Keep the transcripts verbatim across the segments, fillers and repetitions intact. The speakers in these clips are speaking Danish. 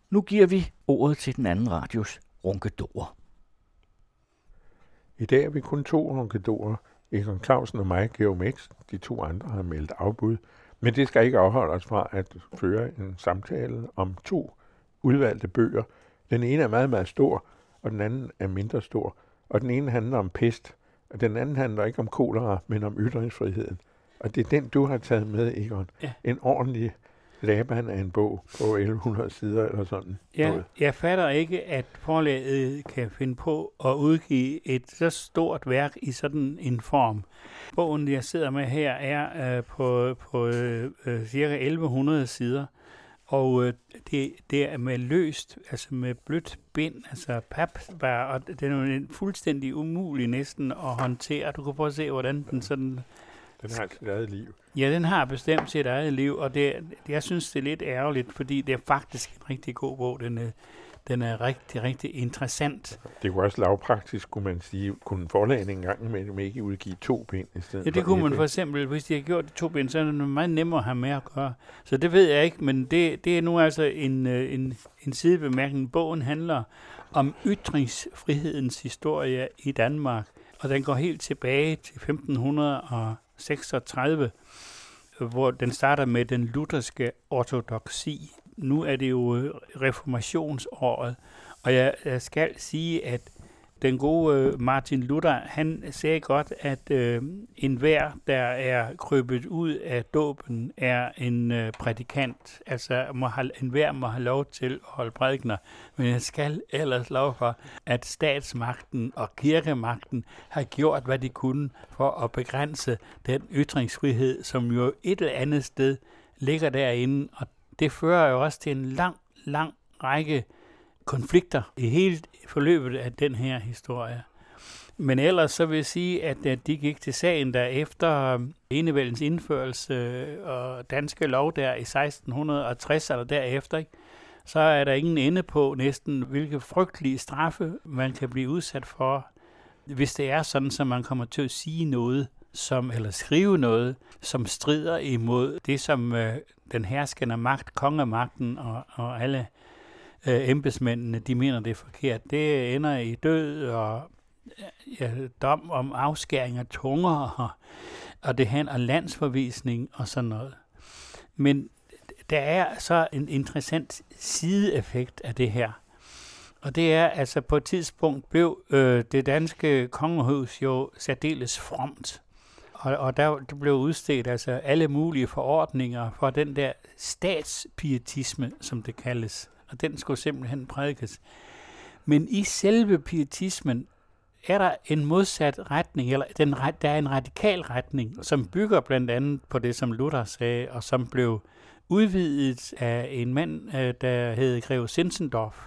Nu giver vi ordet til den anden radios ronkedorer. I dag er vi kun to ronkedorer, Egon Clausen og mig, Georg Mix. De to andre har meldt afbud. Men det skal ikke afholde os fra at føre en samtale om to udvalgte bøger. Den ene er meget, meget stor, og den anden er mindre stor. Og den ene handler om pest, og den anden handler ikke om kolera, men om ytringsfriheden. Og det er den, du har taget med, Egon. Ja. En ordentlig laban af en bog på elleve hundrede sider eller sådan ja, noget. Jeg fatter ikke, at forlaget kan finde på at udgive et så stort værk i sådan en form. Bogen, jeg sidder med her, er øh, på, på øh, cirka elleve hundrede sider, og øh, det, det er med løst, altså med blødt bind, altså papspær, og det er jo fuldstændig umuligt næsten at håndtere. Du kan prøve at se, hvordan den sådan... Den har sit eget liv. Ja, den har bestemt sit eget liv, og det, jeg synes, det er lidt ærgerligt, fordi det er faktisk en rigtig god bog. Den er, den er rigtig, rigtig interessant. Det kunne også lavpraktisk, kunne man sige, kunne forlagene engang med ikke udgive to bind i stedet. Ja, det kunne man for eksempel, hvis de havde gjort to bind, så er det meget nemmere at have med at gøre. Så det ved jeg ikke, men det, det er nu altså en, en, en sidebemærkning. Bogen handler om ytringsfrihedens historie i Danmark, og den går helt tilbage til femten seksogtredive, hvor den starter med den lutherske ortodoksi. Nu er det jo reformationsåret, og jeg, jeg skal sige, at den gode Martin Luther, han sagde godt, at øh, enhver, der er krybet ud af dåben, er en øh, prædikant. Altså må have, enhver må have lov til at holde prædikener, men jeg skal ellers lov for, at statsmagten og kirkemagten har gjort, hvad de kunne for at begrænse den ytringsfrihed, som jo et eller andet sted ligger derinde, og det fører jo også til en lang, lang række konflikter i hele forløbet af den her historie. Men ellers så vil jeg sige, at de gik til sagen der efter enevældens indførelse og danske lov der i seksten tres eller derefter, ikke? Så er der ingen ende på næsten, hvilke frygtelige straffe man kan blive udsat for, hvis det er sådan, så man kommer til at sige noget, som, eller skrive noget, som strider imod det, som øh, den herskende magt, kongemagten og, og alle øh, embedsmændene, de mener, det er forkert. Det ender i død og ja, dom om afskæring af tunger, og, og det handler om landsforvisning og sådan noget. Men der er så en interessant sideeffekt af det her. Og det er, altså på et tidspunkt blev øh, det danske kongehus jo særdeles fromt. Og, og der, der blev udstedt altså alle mulige forordninger for den der statspietisme, som det kaldes. Og den skulle simpelthen prædikes. Men i selve pietismen er der en modsat retning, eller den, der er en radikal retning, som bygger blandt andet på det, som Luther sagde, og som blev udvidet af en mand, der hed Greve Zinzendorf,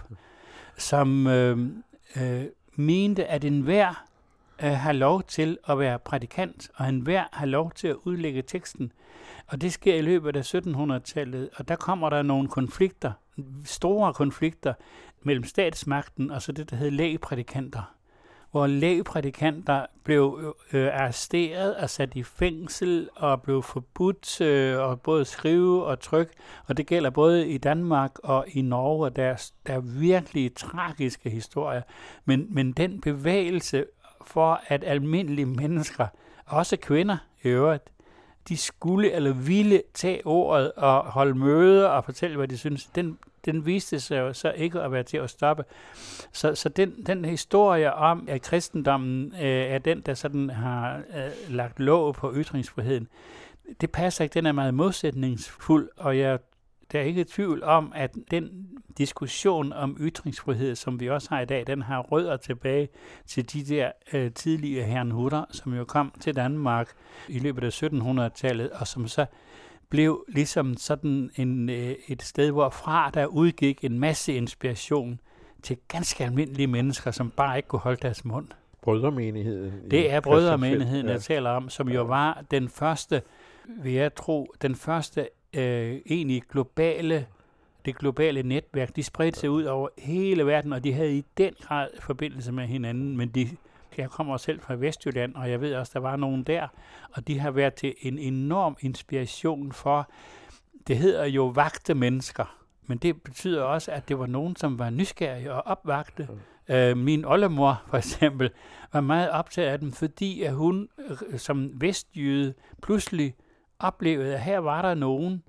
som øh, øh, mente, at enhver øh, har lov til at være prædikant, og enhver har lov til at udlægge teksten. Og det sker i løbet af sytten hundrede-tallet, og der kommer der nogle konflikter, store konflikter, mellem statsmagten og så det, der hed lægprædikanter, hvor lægprædikanter blev øh, arresteret og sat i fængsel og blev forbudt øh, at både skrive og trykke, og det gælder både i Danmark og i Norge, og der, der er virkelig tragiske historier. Men, men den bevægelse for, at almindelige mennesker, også kvinder i øvrigt, de skulle eller ville tage ordet og holde møder og fortælle, hvad de synes, den, den viste sig jo så ikke at være til at stoppe. Så, så den, den historie om, at kristendommen øh, er den, der sådan har øh, lagt låg på ytringsfriheden, det passer ikke. Den er meget modsætningsfuld, og jeg der er ikke tvivl om, at den diskussion om ytringsfrihed, som vi også har i dag, den har rødder tilbage til de der øh, tidlige herrenhutter, som jo kom til Danmark i løbet af sytten hundrede-tallet, og som så blev ligesom sådan en, øh, et sted, hvorfra der udgik en masse inspiration til ganske almindelige mennesker, som bare ikke kunne holde deres mund. Brødremenigheden. Det er brødremenigheden, ja. Jeg taler om, som jo var den første, vil jeg tro, den første øh, egentlig globale, det globale netværk. De spredte sig ud over hele verden, og de havde i den grad forbindelse med hinanden, men de, jeg kommer selv fra Vestjylland, og jeg ved også, der var nogen der, og de har været til en enorm inspiration for, det hedder jo vagte mennesker, men det betyder også, at det var nogen, som var nysgerrige og opvagte. Mm. Øh, min oldemor, for eksempel, var meget optaget af dem, fordi at hun øh, som vestjyde pludselig oplevede, at her var der nogen,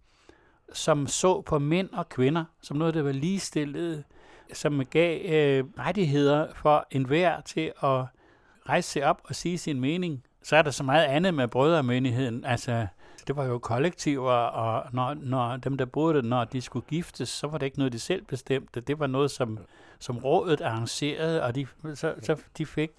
som så på mænd og kvinder, som noget, der var ligestillede, som gav øh, rettigheder for enhver til at rejse sig op og sige sin mening. Så er der så meget andet med brødremenigheden. Altså, det var jo kollektiver, og når, når dem, der boede det, når de skulle giftes, så var det ikke noget, de selv bestemte. Det var noget, som, som rådet arrangerede, og de, så, så de fik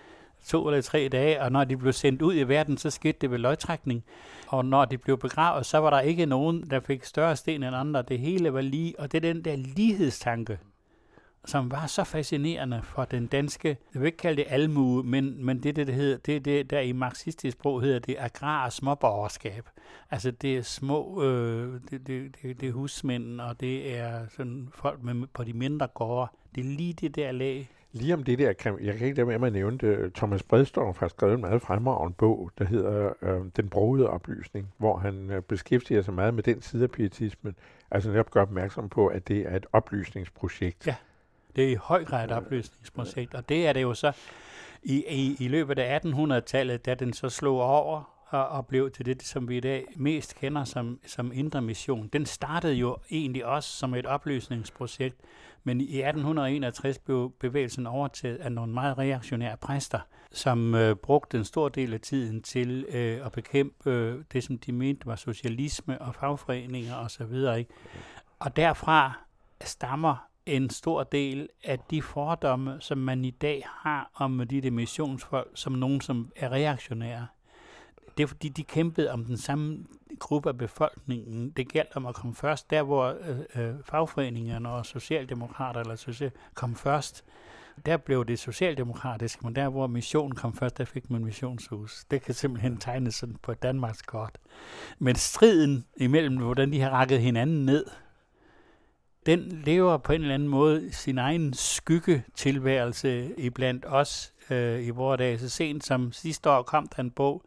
to eller tre dage, og når de blev sendt ud i verden, så skete det ved lodtrækning. Og når de blev begravet, så var der ikke nogen, der fik større sten end andre. Det hele var lige, og det er den der lighedstanke, som var så fascinerende for den danske, jeg vil ikke kalde det almue, men, men det, det, det hedder, det er det, der i marxistisk sprog hedder det agrar- og småborgerskab. Altså det er små, øh, det, det, det, det er husmænd, og det er sådan folk med, på de mindre gårde. Det er lige det der lag. Lige om det der, kan, jeg kan ikke lade være med at nævne det, Thomas Bredsdorff har skrevet en meget fremragende bog, der hedder øh, Den brogede oplysning, hvor han øh, beskæftiger sig meget med den side af pietismen, altså netop gør opmærksom på, at det er et oplysningsprojekt. Ja. Det er i høj grad et oplysningsprojekt, og det er det jo så i, i, i løbet af attenhundredetallet, da den så slog over og, og blev til det, som vi i dag mest kender som, som Indre Mission. Den startede jo egentlig også som et oplysningsprojekt, men i atten enogtres blev bevægelsen overtaget af nogle meget reaktionære præster, som øh, brugte en stor del af tiden til øh, at bekæmpe øh, det, som de mente var socialisme og fagforeninger osv. Ikke? Og derfra stammer en stor del af de fordomme, som man i dag har om de der missionsfolk, som nogen, som er reaktionære. Det er fordi, de kæmpede om den samme gruppe af befolkningen. Det galt om at komme først, der hvor øh, øh, fagforeningerne og socialdemokrater eller social kom først. Der blev det socialdemokratisk, men der hvor missionen kom først, der fik man missionshus. Det kan simpelthen tegnes sådan på et Danmarks kort. Men striden imellem, hvordan de har rakket hinanden ned, den lever på en eller anden måde sin egen skyggetilværelse iblandt os øh, i vores dag. Så sent som sidste år kom der en bog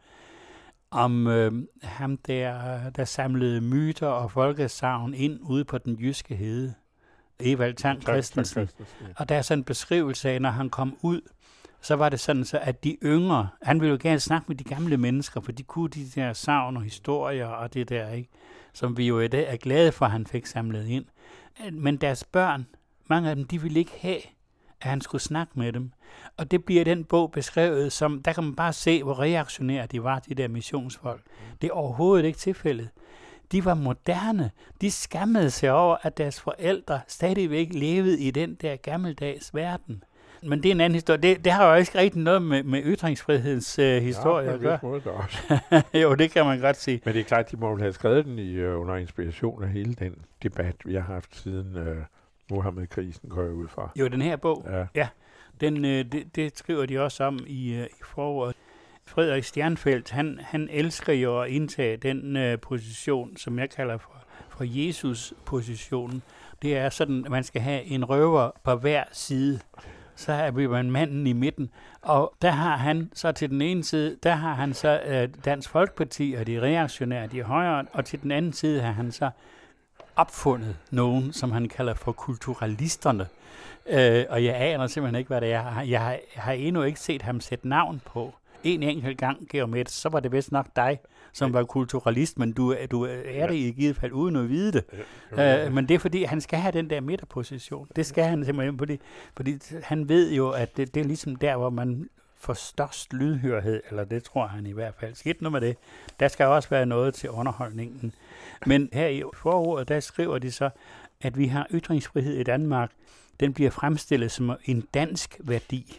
om øh, ham, der, der samlede myter og folkesagn ind ude på den jyske hede. Evald Tang Christensen. Og der er sådan en beskrivelse af, når han kom ud, så var det sådan, så at de yngre, han ville jo gerne snakke med de gamle mennesker, for de kunne de der sagn og historier og det der, ikke, som vi jo i dag er glade for, at han fik samlet ind. Men deres børn, mange af dem, de ville ikke have, at han skulle snakke med dem. Og det bliver den bog beskrevet som, der kan man bare se, hvor reaktionære de var, de der missionsfolk. Det er overhovedet ikke tilfældet. De var moderne. De skammede sig over, at deres forældre stadigvæk levede i den der gammeldags verden. Men det er en anden historie. Det, det har jo ikke rigtig noget med, med ytringsfrihedens øh, historie ja, at gøre. Måde, det også. Jo, det kan man godt sige. Men det er klart, de må have skrevet den i, uh, under inspiration af hele den debat, vi har haft siden uh, Mohammed-krisen, går jeg ud fra. Jo, den her bog, ja, ja den, øh, det, det skriver de også om i, øh, i foråret. Frederik Stjernfeldt, han, han elsker jo at indtage den øh, position, som jeg kalder for, for Jesus-positionen. Det er sådan, at man skal have en røver på hver side. Så er vi man manden i midten. Og der har han så til den ene side, der har han så øh, Dansk Folkeparti og de reaktionære, de højre, og til den anden side har han så opfundet nogen, som han kalder for kulturalisterne. Øh, og jeg aner simpelthen ikke, hvad det er. Jeg har, jeg har endnu ikke set ham sætte navn på. En enkelt gang, Georg Metz, så var det vist nok dig, som var kulturalist, men du, du er det i givet fald uden at vide det. Ja, uh, men det er fordi, han skal have den der midterposition. Det skal han simpelthen, fordi, fordi han ved jo, at det, det er ligesom der, hvor man får størst lydhørhed, eller det tror han i hvert fald. Skidt nu med det. Der skal også være noget til underholdningen. Men her i forordet, der skriver de så, at vi har ytringsfrihed i Danmark. Den bliver fremstillet som en dansk værdi.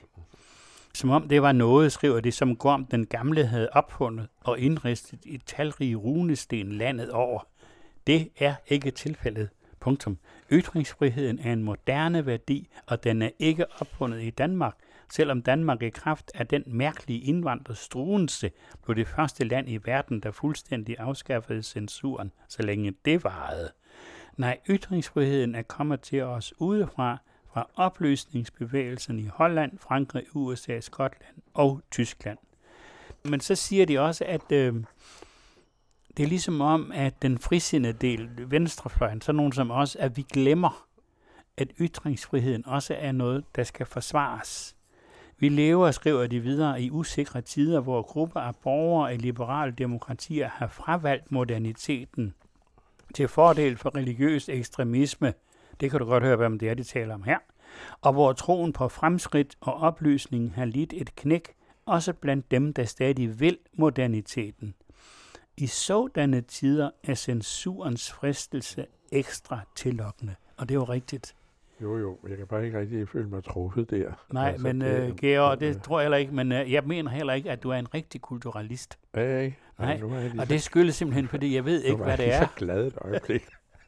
Som om det var noget, skriver de, som Gorm den gamle havde opfundet og indristet i talrige runesten landet over. Det er ikke tilfældet. Punktum. Ytringsfriheden er en moderne værdi, og den er ikke opfundet i Danmark, selvom Danmark i kraft af den mærkelige indvandrerstruense blev det første land i verden, der fuldstændig afskaffede censuren, så længe det varede. Nej, ytringsfriheden er kommet til os udefra, fra oplysningsbevægelsen i Holland, Frankrig, U S A, Skotland og Tyskland. Men så siger de også, at øh, det er ligesom om, at den frisindede del, venstrefløjen, så nogen som os, at vi glemmer, at ytringsfriheden også er noget, der skal forsvares. Vi lever, skriver de videre, i usikre tider, hvor grupper af borgere i liberale demokratier har fravalgt moderniteten til fordel for religiøs ekstremisme. Det kan du godt høre, hvad det er, de taler om her. Og hvor troen på fremskridt og oplysning har lidt et knæk, også blandt dem, der stadig vil moderniteten. I sådanne tider er censurens fristelse ekstra tillokkende. Og det er jo rigtigt. Jo, jo, jeg kan bare ikke rigtig føle mig truffet der. Nej, altså, men det, uh, Georg, det tror jeg heller ikke, men uh, jeg mener heller ikke, at du er en rigtig kulturalist. Ja, ja, nej, nu er jeg lige og det skyldes simpelthen, fordi jeg ved ikke, hvad det er. Jeg er så glad et øjeblik.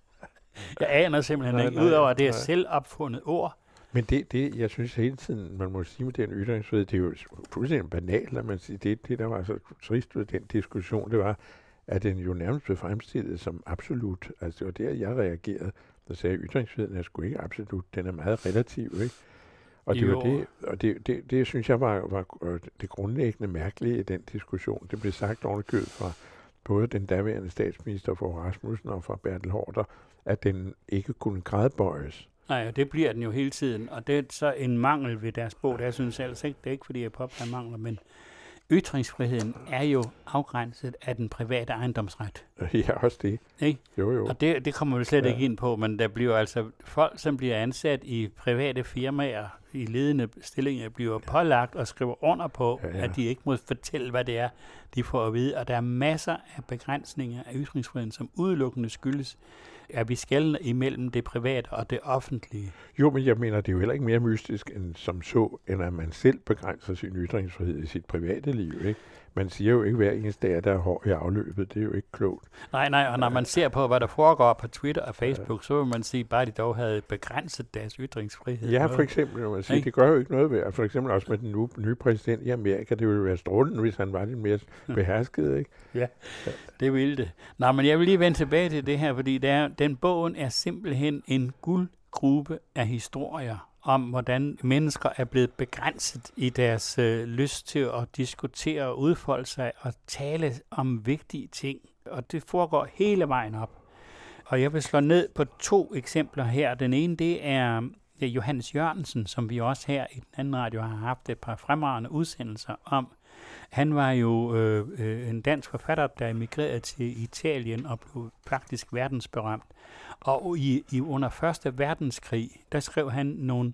Jeg aner simpelthen nej, ikke, udover at det er selv opfundet ord. Men det, det, jeg synes hele tiden, man må sige med den ytringsfrihed, det er jo fuldstændig banalt, at man siger, det, det der var så trist ved den diskussion, det var, at den jo nærmest blev fremstillet som absolut. Altså det var der, jeg reagerede, der sagde, at ytringsfriheden er sgu ikke absolut, den er meget relativ, ikke? Og det jo. var det, og det, det, det synes jeg var, var det grundlæggende mærkelige i den diskussion. Det blev sagt ordentligt fra både den daværende statsminister for Rasmussen og fra Bertel Haarder, at den ikke kunne gradbøjes. Nej, og det bliver den jo hele tiden, og det er så en mangel ved deres bog. Jeg synes altså ikke, det er ikke, fordi jeg påpeger mangler, men ytringsfriheden er jo afgrænset af den private ejendomsret. Ja, også det. Ikke? Jo, jo. Og det, det kommer vi slet ja. ikke ind på, men der bliver altså folk, som bliver ansat i private firmaer, i ledende stillinger, bliver pålagt og skriver under på, ja, ja. at de ikke må fortælle, hvad det er, de får at vide. Og der er masser af begrænsninger af ytringsfriheden, som udelukkende skyldes, at vi skelner imellem det private og det offentlige. Jo, men jeg mener, det er jo heller ikke mere mystisk end som så, end at man selv begrænser sin ytringsfrihed i sit private liv, ikke? Man siger jo ikke hver eneste dag, der er hår i afløbet. Det er jo ikke klogt. Nej, nej, og når man ser på, hvad der foregår på Twitter og Facebook, ja. så vil man sige, bare de dog havde begrænset deres ytringsfrihed. Ja, for eksempel, når man siger, det gør jo ikke noget ved. For eksempel også med den nye, nye præsident i Amerika, det ville være strålende, hvis han var lidt mere behersket, ikke? Ja, det ville det. Nå, men jeg vil lige vende tilbage til det her, fordi der, den bogen er simpelthen en guldgrube af historier om, hvordan mennesker er blevet begrænset i deres øh, lyst til at diskutere og udfolde sig og tale om vigtige ting. Og det foregår hele vejen op. Og jeg vil slå ned på to eksempler her. Den ene, det er ja, Johannes Jørgensen, som vi også her i den anden radio har haft et par fremragende udsendelser om. Han var jo øh, øh, en dansk forfatter, der emigrerede til Italien og blev faktisk verdensberømt. Og i, i under første verdenskrig, der skrev han nogle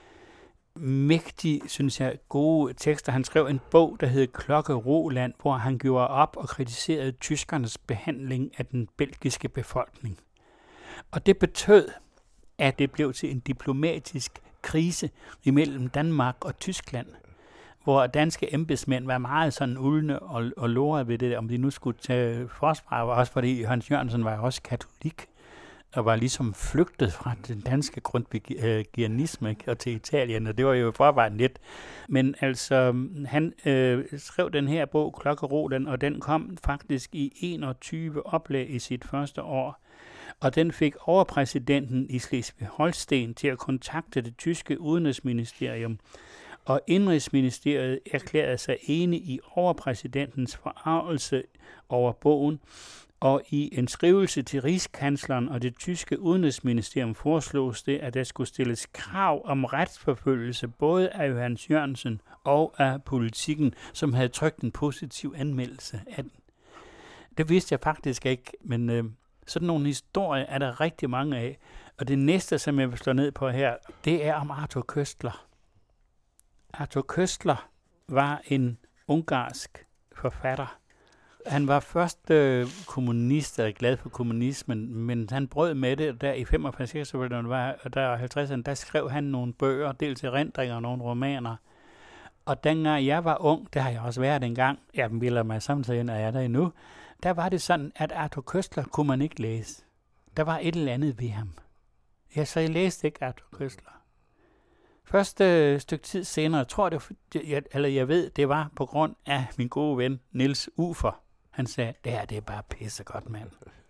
mægtige, synes jeg, gode tekster. Han skrev en bog, der hed Klokke Roland, hvor han gjorde op og kritiserede tyskernes behandling af den belgiske befolkning. Og det betød, at det blev til en diplomatisk krise imellem Danmark og Tyskland, hvor danske embedsmænd var meget sådan uldne og, og lorede ved det, om de nu skulle tage forsvar, også fordi Hans Jørgensen var også katolik, og var ligesom flygtet fra den danske grundtvigianisme og til Italien, og det var jo forvejen lidt. Men altså, han øh, skrev den her bog, Klokke Roland, og den kom faktisk i enogtyve oplag i sit første år, og den fik overpræsidenten i Slesvig-Holsten til at kontakte det tyske udenrigsministerium, og Indrigsministeriet erklærede sig enig i overpræsidentens forargelse over bogen, og i en skrivelse til rigskansleren og det tyske udenrigsministerium foreslås det, at der skulle stilles krav om retsforfølgelse både af Johannes Jørgensen og af Politikken, som havde trykt en positiv anmeldelse af den. Det vidste jeg faktisk ikke, men øh, sådan nogle historier er der rigtig mange af. Og det næste, som jeg vil slå ned på her, det er om Arthur Koestler. Arthur Koestler var en ungarsk forfatter. Han var først øh, kommunist og glad for kommunismen, men han brød med det, der i femoghalvtreds, og der i halvtredserne, der skrev han nogle bøger, dels erindringer og nogle romaner. Og dengang jeg var ung, det har jeg også været engang, jeg bilder mig samtidig, at jeg er der endnu, der var det sådan, at Arthur Koestler kunne man ikke læse. Der var et eller andet ved ham. Ja, så jeg læste ikke Arthur Koestler. Første øh, stykke tid senere, tror det, jeg, eller jeg ved, det var på grund af min gode ven, Niels Ufer. Han sagde, det her, det er bare pissegodt, mand.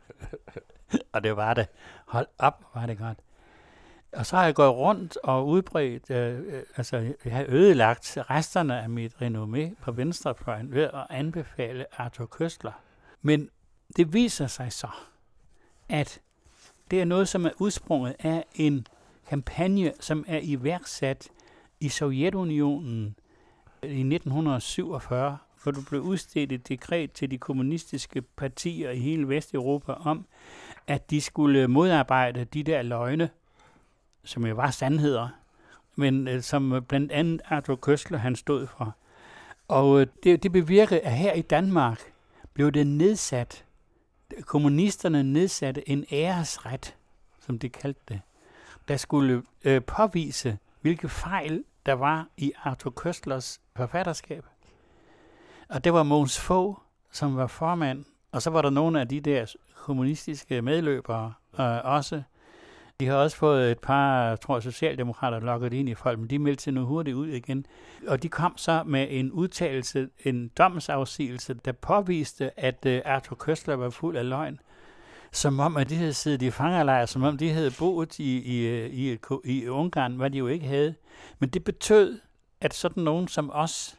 Og det var det. Hold op, var det godt. Og så har jeg gået rundt og udbredt, øh, øh, altså jeg har ødelagt resterne af mit renommé på venstrefløjen ved at anbefale Arthur Koestler. Men det viser sig så, at det er noget, som er udsprunget af en kampagne, som er iværksat i Sovjetunionen i nitten syvogfyrre, hvor du blev udstedt et dekret til de kommunistiske partier i hele Vesteuropa om, at de skulle modarbejde de der løgne, som jo var sandheder, men øh, som blandt andet Arthur Koestler han stod for. Og øh, det, det bevirkede, at her i Danmark blev det nedsat, kommunisterne nedsatte en æresret, som de kaldte det, der skulle øh, påvise, hvilke fejl der var i Arthur Koestlers forfatterskab. Og det var Mogens Fog, som var formand, og så var der nogle af de der kommunistiske medløbere øh, også. De har også fået et par, tror jeg, socialdemokrater lokket ind i folk, men de meldte sig nu hurtigt ud igen. Og de kom så med en udtalelse, en domsafsigelse, der påviste, at øh, Arthur Koestler var fuld af løgn. Som om, at de havde siddet i fangerlejr, som om de havde boet i, i, i, i Ungarn, hvad de jo ikke havde. Men det betød, at sådan nogen som os,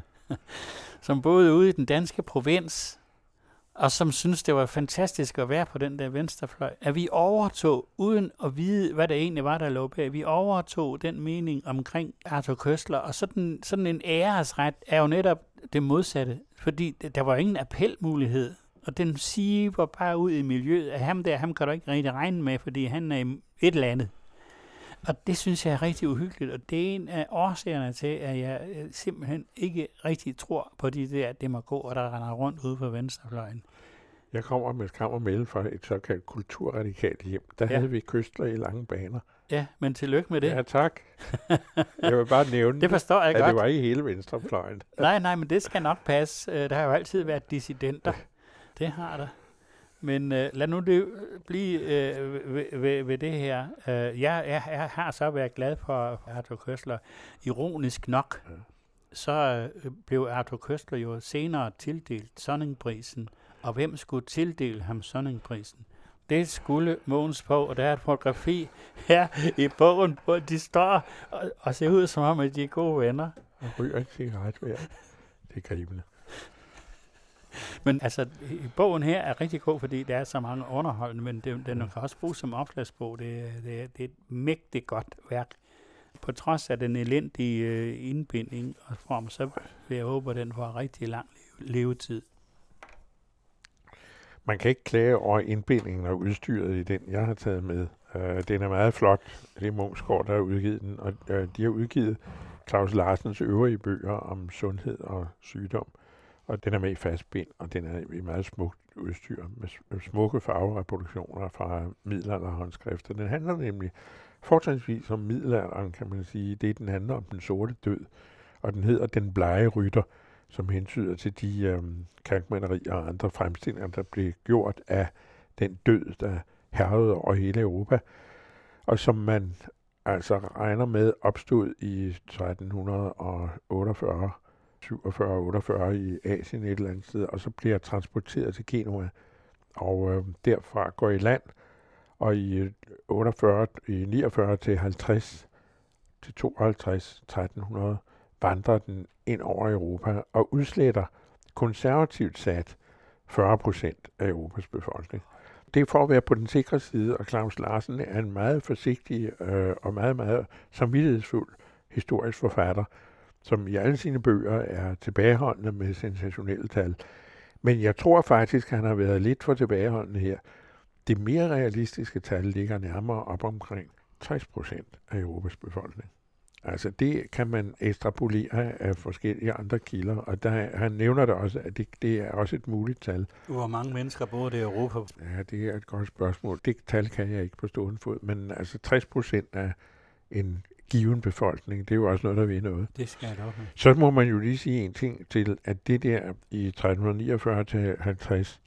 som boede ude i den danske provins, og som synes det var fantastisk at være på den der venstrefløj, at vi overtog, uden at vide, hvad der egentlig var, der lå bag, vi overtog den mening omkring Arthur Koestler, og sådan, sådan en æresret er jo netop det modsatte, fordi der var ingen appelmulighed, og den siver bare ud i miljøet, at ham der, ham kan du ikke rigtig regne med, fordi han er et eller andet. Og det synes jeg er rigtig uhyggeligt, og det er en af årsagerne til, at jeg simpelthen ikke rigtig tror på de der demagoger, der render rundt ude på venstrefløjen. Jeg kommer med skam og melde fra et såkaldt kulturradikalt hjem. Der ja. havde vi Koestler i lange baner. Ja, men tillykke med det. Ja, tak. Jeg vil bare nævne, det forstår jeg at godt. det var i hele venstrefløjen. nej, nej, men det skal nok passe. Der har jo altid været dissidenter. Det har der. Men øh, lad nu det blive øh, ved, ved, ved det her. Uh, jeg, jeg, jeg har så været glad for Arthur Koestler. Ironisk nok, ja. så øh, blev Arthur Koestler jo senere tildelt Sonningprisen. Og hvem skulle tildele ham Sonningprisen? Det skulle Mogens Fog, og der er et fotografi her i bogen, hvor de står og, og ser ud som om, at de er gode venner. Jeg ryger en cigaret hver. Det er gribende. Men altså, bogen her er rigtig god, fordi der er så mange underholdende, men det, den kan også bruges som opslagsbog. Det, det, det er et mægtigt godt værk. På trods af den elendige øh, indbinding og form, så vil jeg håbe, at den får rigtig lang levetid. Man kan ikke klage over indbindingen og udstyret i den, jeg har taget med. Uh, den er meget flot. Det er Munksgaard, der har udgivet den, og uh, de har udgivet Claus Larsens øvrige bøger om sundhed og sygdom. Og den er med i fastbind, og den er i meget smukt udstyr med smukke farvereproduktioner fra middelalderhåndskrifter. Den handler nemlig fortrinsvis om middelalderen, kan man sige. Det den handler om den sorte død, og den hedder Den blege rytter, som hensyder til de øhm, kalkmalerier og andre fremstillinger, der blev gjort af den død, der hærgede over hele Europa, og som man altså regner med opstod i tretten otteogfyrre, syvogfyrre og otteogfyrre i Asien et eller andet sted, og så bliver transporteret til Genua, og øh, derfra går i land, og i otteogfyrre, i niogfyrre til halvtreds, til tooghalvtreds, tretten hundrede, vandrer den ind over Europa og udsletter konservativt sat fyrre procent af Europas befolkning. Det er for at være på den sikre side, og Claus Larsen er en meget forsigtig øh, og meget, meget samvittighedsfuld historisk forfatter, som i alle sine bøger er tilbageholdende med sensationelle tal. Men jeg tror faktisk, at han har været lidt for tilbageholdende her. Det mere realistiske tal ligger nærmere op omkring tres procent af Europas befolkning. Altså det kan man ekstrapolere af forskellige andre kilder, og der, han nævner det også, at det, det er også et muligt tal. Hvor mange mennesker bor det i Europa? Ja, det er et godt spørgsmål. Det tal kan jeg ikke på stående fod, men altså tres procent af en given befolkning, det er jo også noget, der ved noget. Det skal jeg nok. Så må man jo lige sige en ting til, at det der i tretten niogfyrre til halvtreds,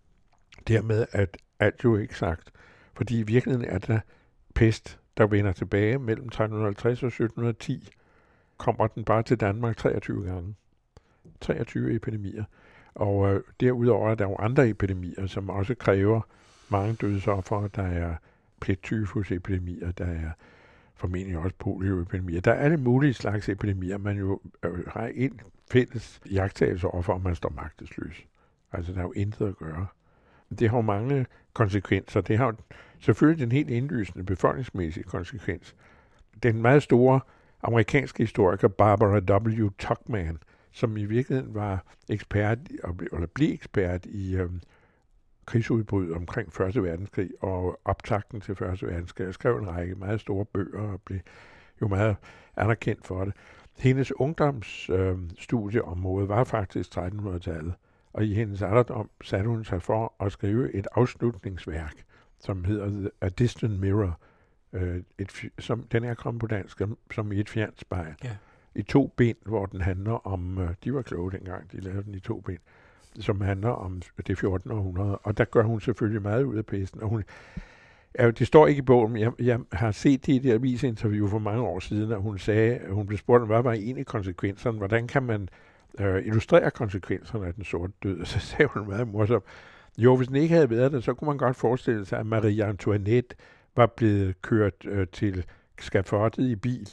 dermed at alt jo ikke sagt, fordi i virkeligheden er der pest, der vender tilbage mellem tretten halvtreds og sytten ti, kommer den bare til Danmark treogtyve gange. treogtyve epidemier. Og øh, derudover er der jo andre epidemier, som også kræver mange dødsoffer. Der er plettyfusepidemier, der er formentlig også polioepidemier. Der er alle mulige slags epidemier, man jo øh, har en fælles jagttagelse over for, om man står magtesløs. Altså, der er jo intet at gøre. det har jo mange konsekvenser. Det har jo selvfølgelig den helt indlysende befolkningsmæssige konsekvens. Den meget store amerikanske historiker Barbara W. Tuchman, som i virkeligheden var ekspert, eller blev ekspert i øhm, krigsudbrud omkring første verdenskrig og optakten til første verdenskrig, skrev en række meget store bøger og blev jo meget anerkendt for det. Hendes ungdomsstudieområde øh, var faktisk trettenhundredetallet, og i hendes alderdom satte hun sig for at skrive et afslutningsværk, som hedder A Distant Mirror. Øh, et, som, den er kommet på dansk som i et fjernt spejl. Ja. I to bind, hvor den handler om, øh, de var kloge dengang, de lavede den i to bind, som handler om det fjortende århundrede, og der gør hun selvfølgelig meget ud af pesten, og hun Ja, det står ikke i bogen, men jeg, jeg har set det i det avisinterview for mange år siden, og hun sagde, hun blev spurgt, hvad var egentlig konsekvenserne, hvordan kan man øh, illustrere konsekvenserne af den sorte død, og så sagde hun meget morsomt, jo, hvis den ikke havde været der, så kunne man godt forestille sig, at Marie Antoinette var blevet kørt øh, til skafottet i bil.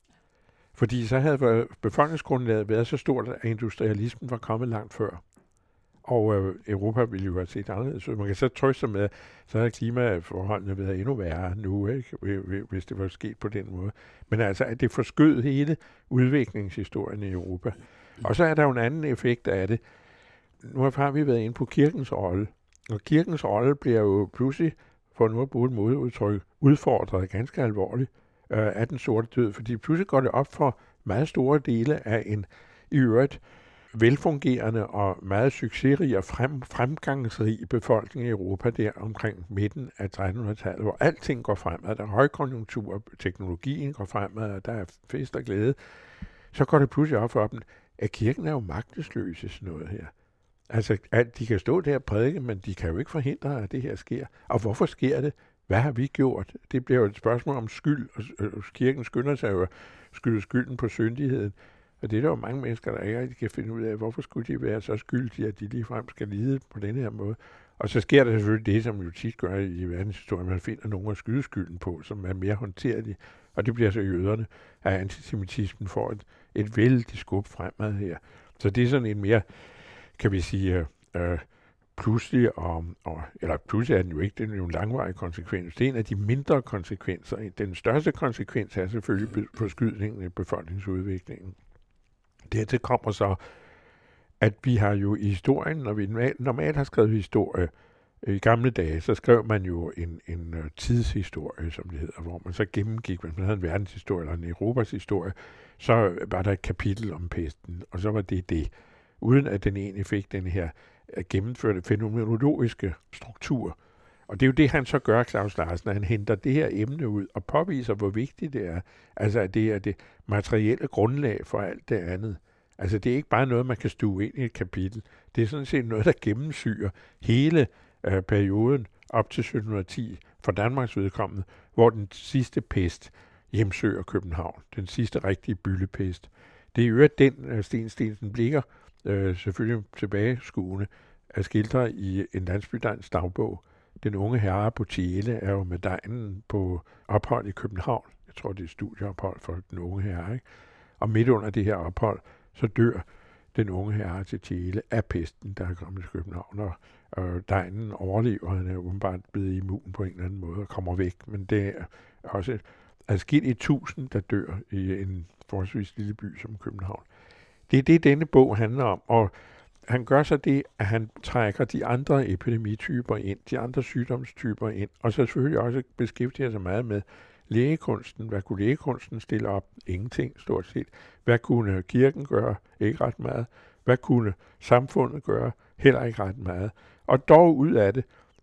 Fordi så havde befolkningsgrundlaget været så stort, at industrialismen var kommet langt før. Og øh, Europa ville jo have set anderledes. Så man kan så trøste sig med, så havde klimaforholdene været endnu værre nu, ikke? Hvis det var sket på den måde. Men altså, at det forskød hele udviklingshistorien i Europa. Og så er der jo en anden effekt af det. Nu har vi været inde på kirkens rolle. Og kirkens rolle bliver jo pludselig, for nu at bruge et modeudtryk, udfordret ganske alvorligt øh, af den sorte død. Fordi pludselig går det op for meget store dele af en i øvrigt velfungerende og meget succesrig og frem, fremgangsrig befolkning i Europa der omkring midten af trettenhundredetallet, hvor alting går fremad. Der er højkonjunktur, teknologien går fremad, og der er fest og glæde. Så går det pludselig op for dem, at kirken er jo magtesløs i sådan noget her. Altså, at de kan stå der og prædike, men de kan jo ikke forhindre, at det her sker. Og hvorfor sker det? Hvad har vi gjort? Det bliver jo et spørgsmål om skyld, og kirken skynder sig jo at skylde skylden på syndigheden. Og det er der jo mange mennesker, der ikke rigtig kan finde ud af, hvorfor skulle de være så skyldige, at de ligefrem skal lide på denne her måde. Og så sker der selvfølgelig det, som jo tit gør i verdenshistorien, man finder nogen at skyde skylden på, som er mere håndterlige. Og det bliver så jøderne, at antisemitismen får et, et vældigt skub fremad her. Så det er sådan en mere, kan vi sige, øh, pludselig, og, og, eller pludselig er den jo ikke, det er jo en langvarig konsekvens. Det er en af de mindre konsekvenser. Den største konsekvens er selvfølgelig forskydningen i befolkningsudviklingen. Dertil kommer så, at vi har jo i historien, når vi normalt har skrevet historie, i gamle dage, så skrev man jo en, en tidshistorie, som det hedder, hvor man så gennemgik, hvis man havde en verdenshistorie eller en Europas historie, så var der et kapitel om pesten, og så var det det, uden at den egentlig fik den her gennemførte fænomenologiske struktur. Og det er jo det, han så gør, Claus Larsen, at han henter det her emne ud og påviser, hvor vigtigt det er. Altså, at det er det materielle grundlag for alt det andet. Altså, det er ikke bare noget, man kan stue ind i et kapitel. Det er sådan set noget, der gennemsyrer hele øh, perioden op til sytten ti for Danmarks vedkommende, hvor den sidste pest hjemsøger København. Den sidste rigtige byllepest. Det er jo øvrigt den, øh, Sten Steensen Blicher, øh, selvfølgelig tilbageskuende, er skildret i en landsbydans dagbog. Den unge herre på Tjele er jo med dejen på ophold i København. Jeg tror, det er studieophold for den unge herre, ikke? Og midt under det her ophold, så dør den unge herre til Tjele af pesten, der er kommet til København. Og, og dejen overlever, han er åbenbart blevet immun på en eller anden måde og kommer væk. Men det er også adskillige tusind, der dør i en forholdsvis lille by som København. Det er det, denne bog handler om, og han gør så det, at han trækker de andre epidemityper ind, de andre sygdomstyper ind, og så selvfølgelig også beskæftiger sig meget med lægekunsten. Hvad kunne lægekunsten stille op? Ingenting, stort set. Hvad kunne kirken gøre? Ikke ret meget. Hvad kunne samfundet gøre? Heller ikke ret meget. Og dog ud af det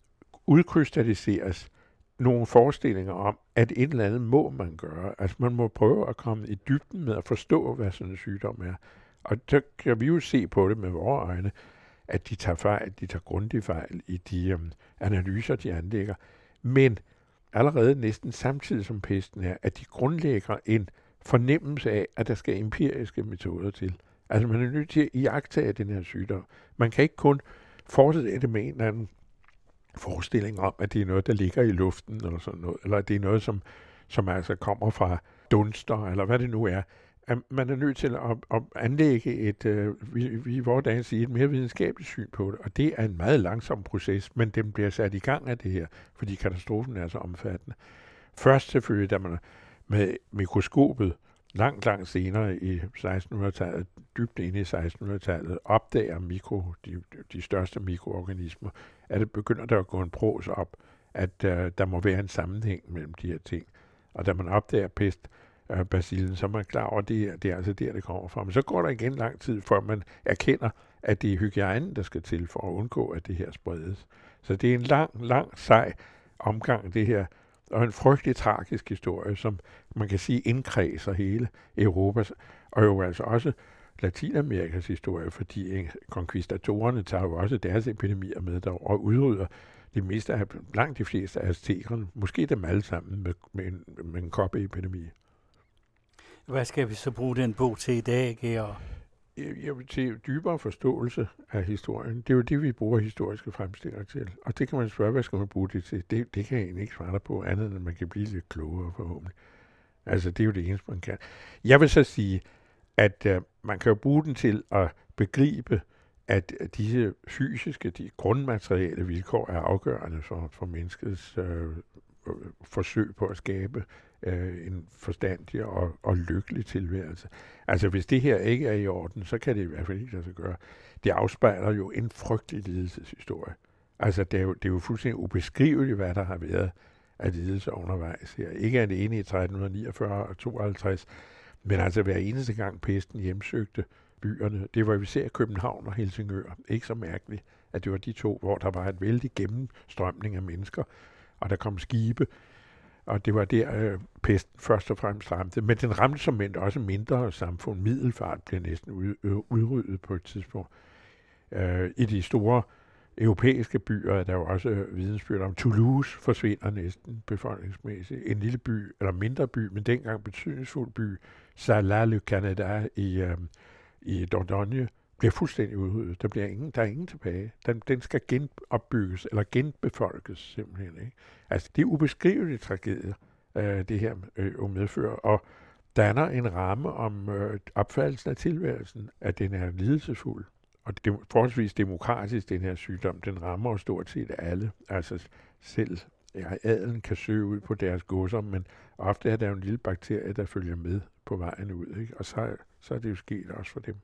udkrystalliseres nogle forestillinger om, at et eller andet må man gøre. Altså man må prøve at komme i dybden med at forstå, hvad sådan en sygdom er. Og så kan vi jo se på det med vores øjne, at de tager fejl, de tager grundige fejl i de um, analyser, de anlægger. Men allerede næsten samtidig som pesten er, at de grundlægger en fornemmelse af, at der skal empiriske metoder til. Altså man er nødt til at iagttage den her sygdom. Man kan ikke kun fortsætte det med en eller anden forestilling om, at det er noget, der ligger i luften, eller sådan noget, eller at det er noget, som, som altså kommer fra dunster, eller hvad det nu er. at man er nødt til at, at anlægge et, øh, vi, vi i vores dage siger, et mere videnskabeligt syn på det, og det er en meget langsom proces, men den bliver sat i gang af det her, fordi katastrofen er så omfattende. Først selvfølgelig, da man med mikroskopet langt, langt senere i sekstenhundredetallet, dybt inde i sekstenhundredetallet, opdager mikro, de, de største mikroorganismer, at det begynder der at gå en pros op, at uh, der må være en sammenhæng mellem de her ting. Og da man opdager pest, uh, bacillen, så er man klar over, at det, det er altså der, det kommer fra. Men så går der igen lang tid, før man erkender, at det er hygiejnen, der skal til for at undgå, at det her spredes. Så det er en lang, lang, sej omgang, det her, og en frygtelig tragisk historie, som man kan sige indkredser hele Europas, og jo altså også Latinamerikas historie, fordi konkvistatorerne tager jo også deres epidemier med der, og udrydder de meste af, langt de fleste af aztekerne, måske dem alle sammen med, med en, med en koppeepidemi. Hvad skal vi så bruge den bog til i dag, Georg? Jeg vil til dybere forståelse af historien. Det er jo det, vi bruger historiske fremstillinger til. Og det kan man spørge, hvad skal man bruge det til? Det, det kan jeg egentlig ikke svare dig på, andet end at man kan blive lidt klogere forhåbentlig. Altså, det er jo det eneste, man kan. Jeg vil så sige, at uh, man kan jo bruge den til at begribe, at disse fysiske, de grundmaterielle vilkår er afgørende for, for menneskets øh, forsøg på at skabe øh, en forstandig og, og lykkelig tilværelse. Altså, hvis det her ikke er i orden, så kan det i hvert fald ikke lade sig gøre. Det afspejler jo en frygtelig lidelseshistorie. Altså, det er jo, det er jo fuldstændig ubeskriveligt, hvad der har været af lidelse undervejs her. Ikke alene i tretten niogfyrre og tooghalvtreds, men altså hver eneste gang pesten hjemsøgte byerne. Det var især København og Helsingør. Ikke så mærkeligt, at det var de to, hvor der var et vældig gennemstrømning af mennesker, og der kom skibe, og det var der, øh, pesten først og fremmest ramte. Men den ramte som endt også mindre samfund. Middelfart blev næsten ud, øh, udryddet på et tidspunkt. Øh, I de store europæiske byer er der jo også øh, vidensbyrd om. Toulouse forsvinder næsten befolkningsmæssigt. En lille by, eller mindre by, men dengang betydningsfuld by, Salins-le-Canada i, øh, i Dordogne, bliver fuldstændig udryddet. Der bliver ingen, der er ingen tilbage. Den, den skal genopbygges, eller genbefolkes simpelthen. Ikke? Altså, det er ubeskrivelige tragedier, øh, det her øh, medfører, og danner en ramme om øh, opfattelsen af tilværelsen, at den er lidelsesfuld. Og det er forholdsvis demokratisk, den her sygdom. Den rammer jo stort set alle. Altså selv ja, adelen kan søge ud på deres godser, men ofte er der jo en lille bakterie, der følger med på vejen ud. Ikke? Og så, så er det jo sket også for dem.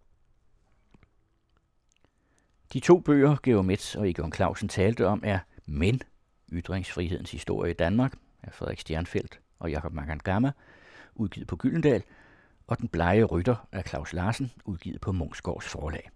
De to bøger, Georg Metz og Egon Clausen talte om, er Men, ytringsfrihedens historie i Danmark, af Frederik Stjernfeldt og Jakob Mangangama, udgivet på Gyldendal, og Den blege rytter af Claus Larsen, udgivet på Munksgaards forlag.